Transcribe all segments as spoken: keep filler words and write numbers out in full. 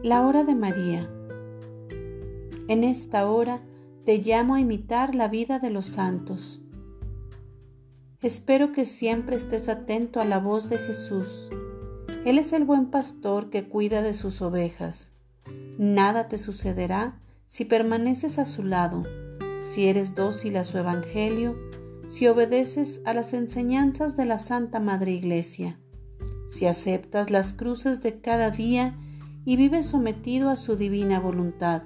La hora de María. En esta hora te llamo a imitar la vida de los santos. Espero que siempre estés atento a la voz de Jesús. Él es el buen pastor que cuida de sus ovejas. Nada te sucederá si permaneces a su lado, si eres dócil a su evangelio, si obedeces a las enseñanzas de la Santa Madre Iglesia, si aceptas las cruces de cada día y vives sometido a su divina voluntad.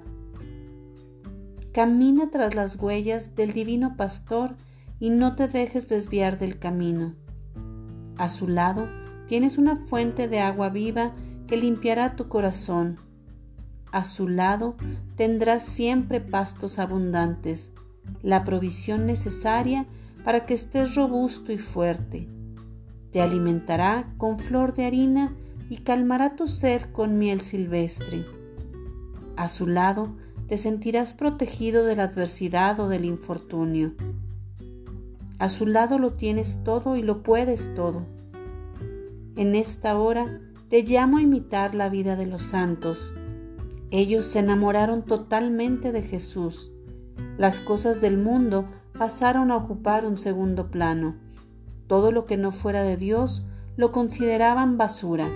Camina tras las huellas del divino pastor y no te dejes desviar del camino. A su lado tienes una fuente de agua viva que limpiará tu corazón. A su lado tendrás siempre pastos abundantes, la provisión necesaria para que estés robusto y fuerte. Te alimentará con flor de harina y calmará tu sed con miel silvestre. A su lado te sentirás protegido de la adversidad o del infortunio. A su lado lo tienes todo y lo puedes todo. En esta hora te llamo a imitar la vida de los santos. Ellos se enamoraron totalmente de Jesús. Las cosas del mundo pasaron a ocupar un segundo plano. Todo lo que no fuera de Dios lo consideraban basura.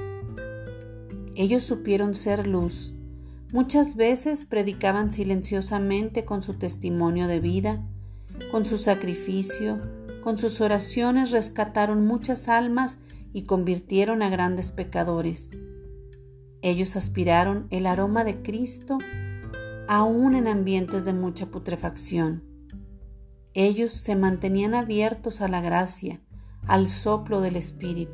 Ellos supieron ser luz. Muchas veces predicaban silenciosamente con su testimonio de vida, con su sacrificio, con sus oraciones rescataron muchas almas y convirtieron a grandes pecadores. Ellos aspiraron el aroma de Cristo aún en ambientes de mucha putrefacción. Ellos se mantenían abiertos a la gracia, al soplo del Espíritu.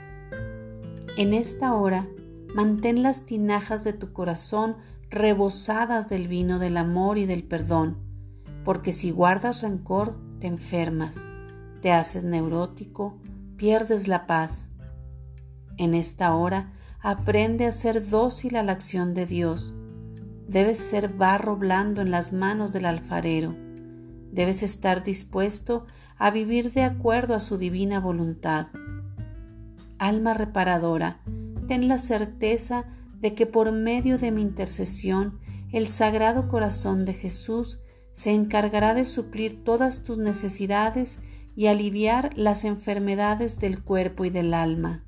En esta hora, mantén las tinajas de tu corazón rebosadas del vino del amor y del perdón, porque si guardas rencor, te enfermas, te haces neurótico, pierdes la paz. En esta hora, aprende a ser dócil a la acción de Dios. Debes ser barro blando en las manos del alfarero. Debes estar dispuesto a vivir de acuerdo a su divina voluntad. Alma reparadora, ten la certeza de que por medio de mi intercesión, el Sagrado Corazón de Jesús se encargará de suplir todas tus necesidades y aliviar las enfermedades del cuerpo y del alma.